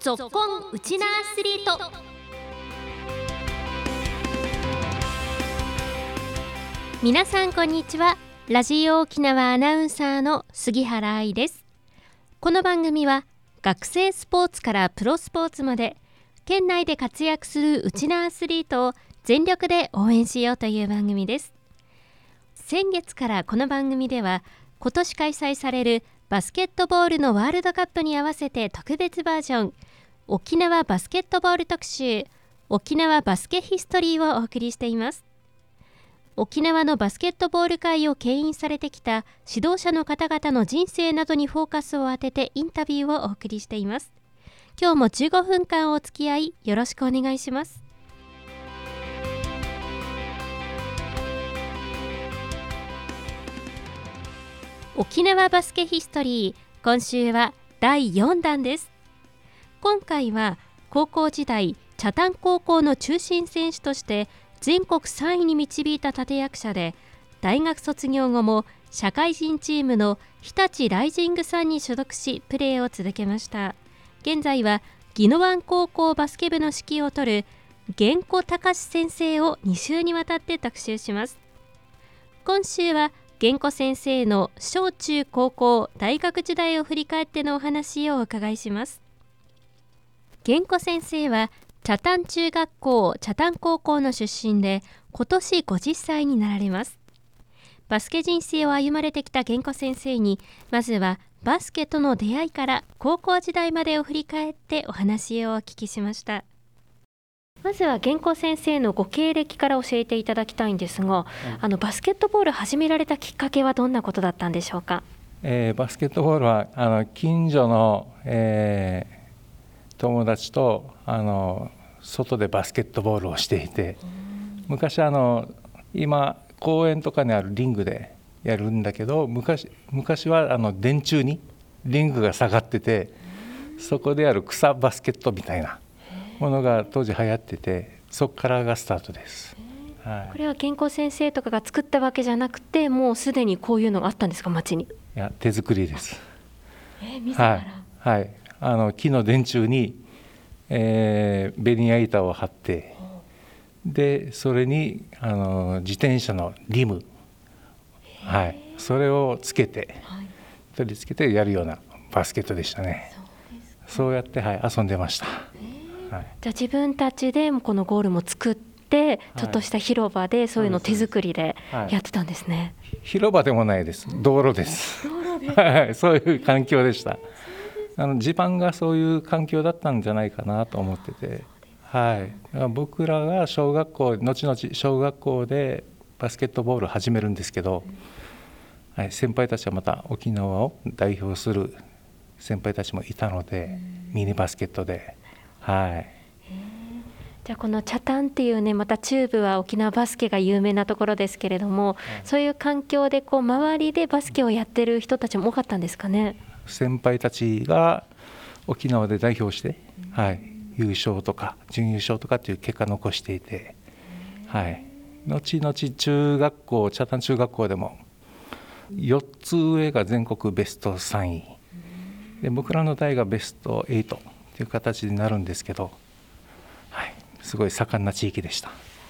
ぞっこんウチナアスリート。皆さんこんにちは。ラジオ沖縄アナウンサーの杉原愛です。この番組は学生スポーツからプロスポーツまで県内で活躍するウチナアスリートを全力で応援しようという番組です。先月からこの番組では今年開催されるバスケットボールのワールドカップに合わせて特別バージョン沖縄バスケットボール特集沖縄バスケヒストリーをお送りしています。沖縄のバスケットボール界を牽引されてきた指導者の方々の人生などにフォーカスを当ててインタビューをお送りしています。今日も15分間お付き合いよろしくお願いします。沖縄バスケヒストリー、今週は第4弾です。今回は高校時代北谷高校の中心選手として全国3位に導いた立役者で、大学卒業後も社会人チームの日立ライジングさんに所属しプレーを続けました。現在は宜野湾高校バスケ部の指揮を執る源子隆先生を2週にわたって特集します。今週は源子先生の小中高校大学時代を振り返ってのお話をお伺いします。源子先生は北谷中学校北谷高校の出身で今年50歳になられます。バスケ人生を歩まれてきた源子先生にまずはバスケとの出会いから高校時代までを振り返ってお話をお聞きしました。まずは源子先生のご経歴から教えていただきたいんですが、バスケットボール始められたきっかけはどんなことだったんでしょうか。 バスケットボールは近所の、友達と外でバスケットボールをしていて、昔今公園とかにあるリングでやるんだけど、昔は電柱にリングが下がってて、そこでやる草バスケットみたいなものが当時流行ってて、そこからがスタートです。 これは源子先生とかが作ったわけじゃなくて、もうすでにこういうのがあったんですか、町に。 いや、手作りです。 自ら。 はい、木の電柱に、ベニヤ板を張って、でそれに自転車のリム、それをつけて、取り付けてやるようなバスケットでしたね。そうやって、遊んでました。 じゃあ自分たちでこのゴールも作って、ちょっとした広場でそういうのを手作りでやってたんですね。 広場でもないです、道路です。そういう環境でした。地盤がそういう環境だったんじゃないかなと思ってて、僕らが後々小学校でバスケットボールを始めるんですけど、先輩たちはまた沖縄を代表する先輩たちもいたので、ミニバスケットで、 じゃあこの北谷っていうね、また中部は沖縄バスケが有名なところですけれども、そういう環境で周りでバスケをやってる人たちも多かったんですかね。 先輩たちが沖縄で代表して、優勝とか準優勝とかっていう結果を残していて、後々北谷中学校でも4つ上が全国ベスト3位で、僕らの代がベスト8という形になるんですけど、すごい盛んな地域でした。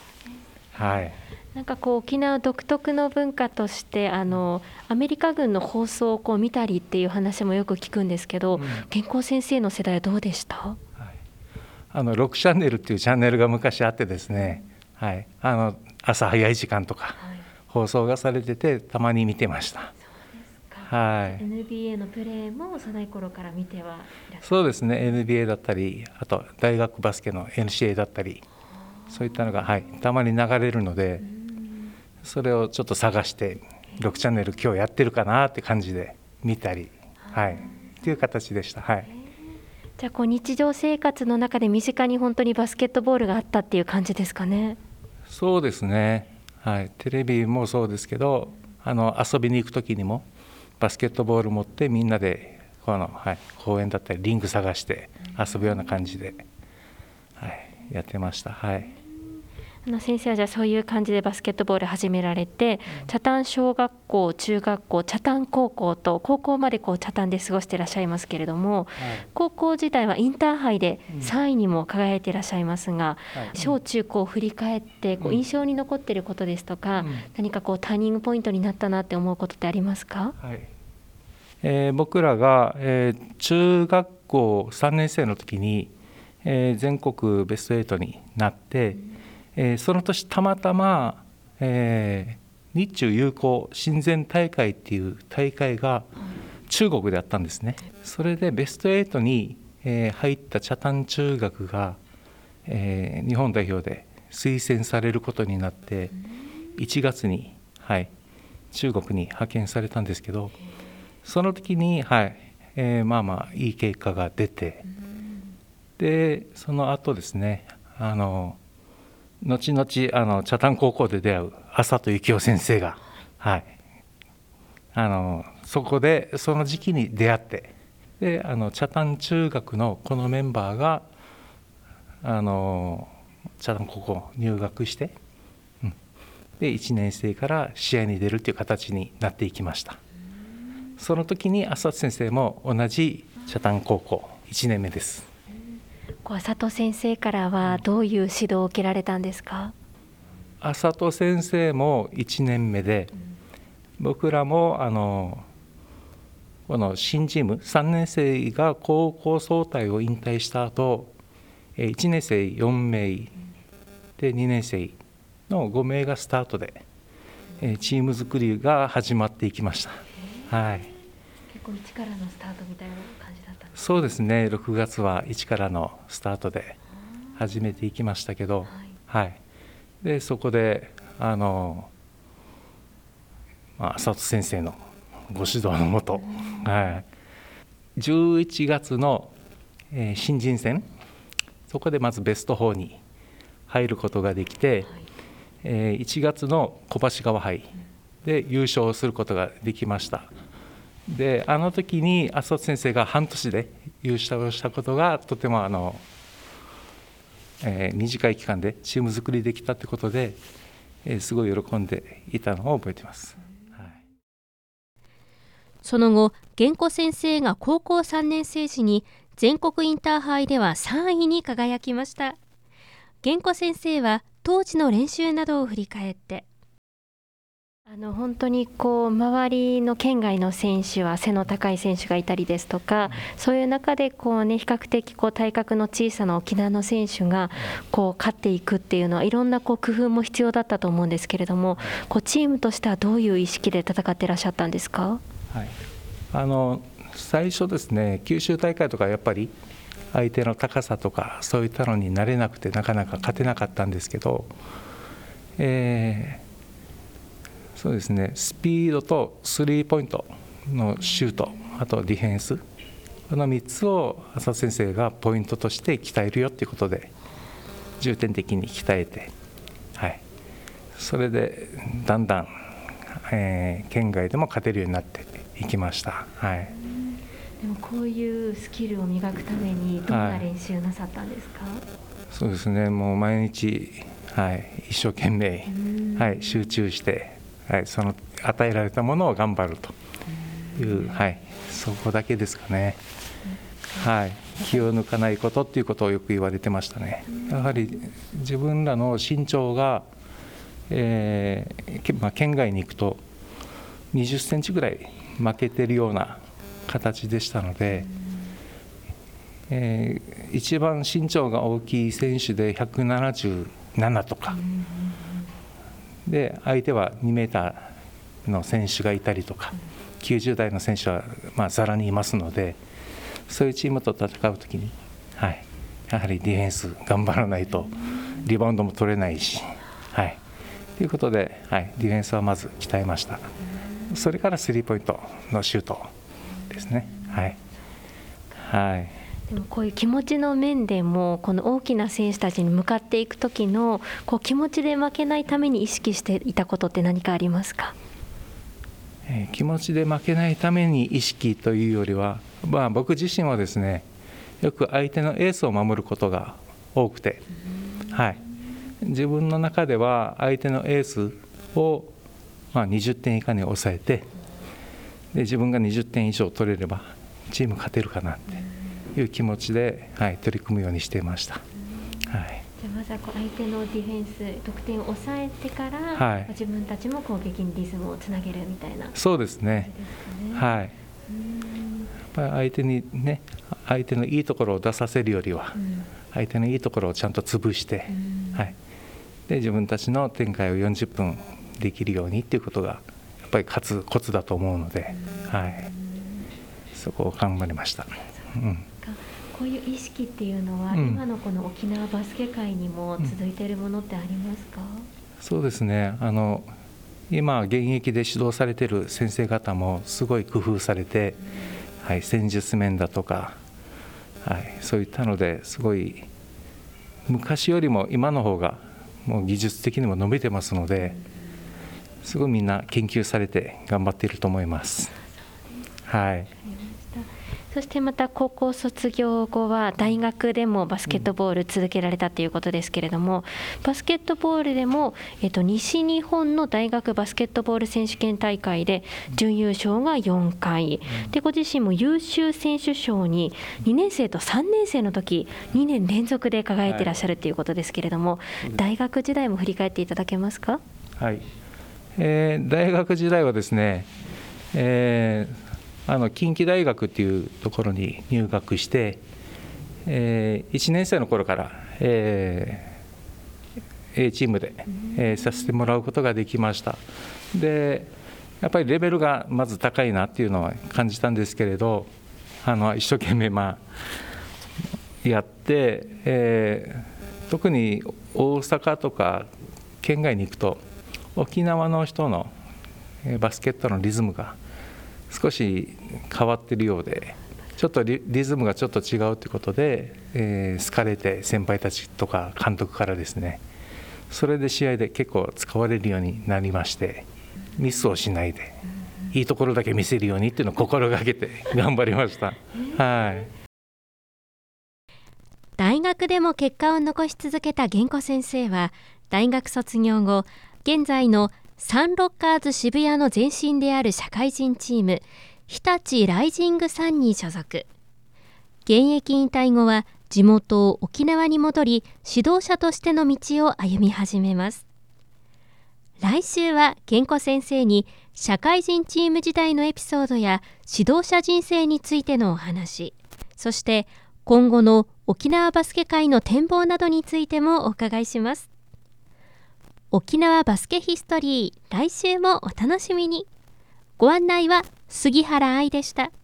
なんか沖縄独特の文化としてアメリカ軍の放送を見たりっていう話もよく聞くんですけど、源子先生の世代はどうでした？ 6チャンネルっていうチャンネルが昔あってですね、朝早い時間とか放送がされてて、たまに見てました。 NBA のプレーも幼い頃から見てはいらっしゃる。 そうですね、 NBA だったり、あと大学バスケの NCAA だったり、そういったのが、たまに流れるので、それをちょっと探して6チャンネル今日やってるかなって感じで見たり、っていう形でした。 じゃあ日常生活の中で身近に本当にバスケットボールがあったっていう感じですかね。 そうですね、テレビもそうですけど、遊びに行く時にもバスケットボール持ってみんなで公園だったりリング探して遊ぶような感じで、やってました。 先生はじゃあそういう感じでバスケットボール始められて、北谷小学校、中学校、北谷高校と高校まで北谷で過ごしていらっしゃいますけれども、高校時代はインターハイで3位にも輝いていらっしゃいますが、小中高を振り返って印象に残っていることですとか、何かターニングポイントになったなって思うことってありますか？ 僕らが、中学校3年生の時に、全国ベスト8になって、その年たまたま、日中友好親善大会っていう大会が中国であったんですね。それでベスト8に、入った北谷中学が、日本代表で推薦されることになって1月に、中国に派遣されたんですけど、その時に、いい結果が出て、でその後ですね、後々北谷高校で出会う麻戸幸夫先生が、そこでその時期に出会って、で北谷中学のこのメンバーが北谷高校入学して、で1年生から試合に出るという形になっていきました。その時に麻戸先生も同じ北谷高校1年目です。 麻戸先生からはどういう指導を受けられたんですか？ 麻戸先生も1年目で、僕らもこの新チーム3年生が高校総体を引退した後、1年生4名で2年生の5名がスタートで、チーム作りが始まっていきました。 結構一からのスタートみたいな感じだったんですか？ そうですね、6月は一からのスタートで始めていきましたけど、でそこで麻戸先生のご指導のもと、11月の、新人戦、そこでまずベスト4に入ることができて、1月の小橋川杯で優勝することができました。であの時に麻戸先生が半年で優勝をしたことがとても短い期間でチーム作りできたということで、すごい喜んでいたのを覚えています。 その後、源子先生が高校3年生時に全国インターハイでは3位に輝きました。源子先生は当時の練習などを振り返って、本当に周りの県外の選手は背の高い選手がいたりですとか、そういう中で比較的体格の小さな沖縄の選手が勝っていくっていうのは、いろんな工夫も必要だったと思うんですけれども、チームとしてはどういう意識で戦っていらっしゃったんですか？ 最初ですね、九州大会とかやっぱり相手の高さとかそういったのに慣れなくてなかなか勝てなかったんですけど、そうですね、スピードとスリーポイントのシュート、あとディフェンス、この3つを麻戸先生がポイントとして鍛えるよということで重点的に鍛えて、それでだんだん、県外でも勝てるようになっていきました。 でもこういうスキルを磨くためにどんな練習なさったんですか？ そうですね、もう毎日、一生懸命、集中して、その与えられたものを頑張るという、そこだけですかね。気を抜かないことっていうことをよく言われてましたね。やはり自分らの身長が、県外に行くと20センチぐらい負けてるような形でしたので、一番身長が大きい選手で177とかで、相手は2メーターの選手がいたりとか90代の選手はざらにいますので、そういうチームと戦うときに、やはりディフェンス頑張らないとリバウンドも取れないし、ということで、ディフェンスはまず鍛えました。それからスリーポイントのシュートですね。 でもこういう気持ちの面でも、この大きな選手たちに向かっていく時の気持ちで負けないために意識していたことって何かありますか？ 気持ちで負けないために意識というよりは、僕自身はですね、よく相手のエースを守ることが多くて、 自分の中では相手のエースを20点以下に抑えて、で自分が20点以上取れればチーム勝てるかなっていう気持ちで、取り組むようにしていました。 じゃあまずは相手のディフェンス得点を抑えてから、自分たちも攻撃にリズムをつなげるみたいな。 そうですね。やっぱり相手にね、相手のいいところを出させるよりは、相手のいいところをちゃんと潰して、で自分たちの展開を40分できるようにっていうことがやっぱり勝つコツだと思うので、そこを頑張りました。 こういう意識っていうのは、今のこの沖縄バスケ界にも続いているものってありますか？ そうですね。今現役で指導されている先生方もすごい工夫されて、戦術面だとか、そういったのですごい昔よりも今の方がもう技術的にも伸びてますので、すごいみんな研究されて頑張っていると思います。 そしてまた高校卒業後は大学でもバスケットボール続けられたということですけれども、バスケットボールでも、西日本の大学バスケットボール選手権大会で準優勝が4回で、ご自身も優秀選手賞に2年生と3年生の時2年連続で輝いていらっしゃるということですけれども、大学時代も振り返っていただけますか？ 大学時代はですね、近畿大学っていうところに入学して、1年生の頃から、A チームで、させてもらうことができました。でやっぱりレベルがまず高いなっていうのは感じたんですけれど、一生懸命やって、特に大阪とか県外に行くと沖縄の人のバスケットのリズムが少し変わっているようで、ちょっとリズムがちょっと違うということで、好かれて先輩たちとか監督からですね、それで試合で結構使われるようになりまして、ミスをしないでいいところだけ見せるようにっていうのを心がけて頑張りました。 大学でも結果を残し続けた源子先生は、大学卒業後現在のサンロッカーズ渋谷の前身である社会人チーム日立ライジングサンに所属。現役引退後は地元沖縄に戻り、指導者としての道を歩み始めます。来週は源子先生に社会人チーム時代のエピソードや指導者人生についてのお話、そして今後の沖縄バスケ界の展望などについてもお伺いします。沖縄バスケヒストリー、来週もお楽しみに。ご案内は杉原愛でした。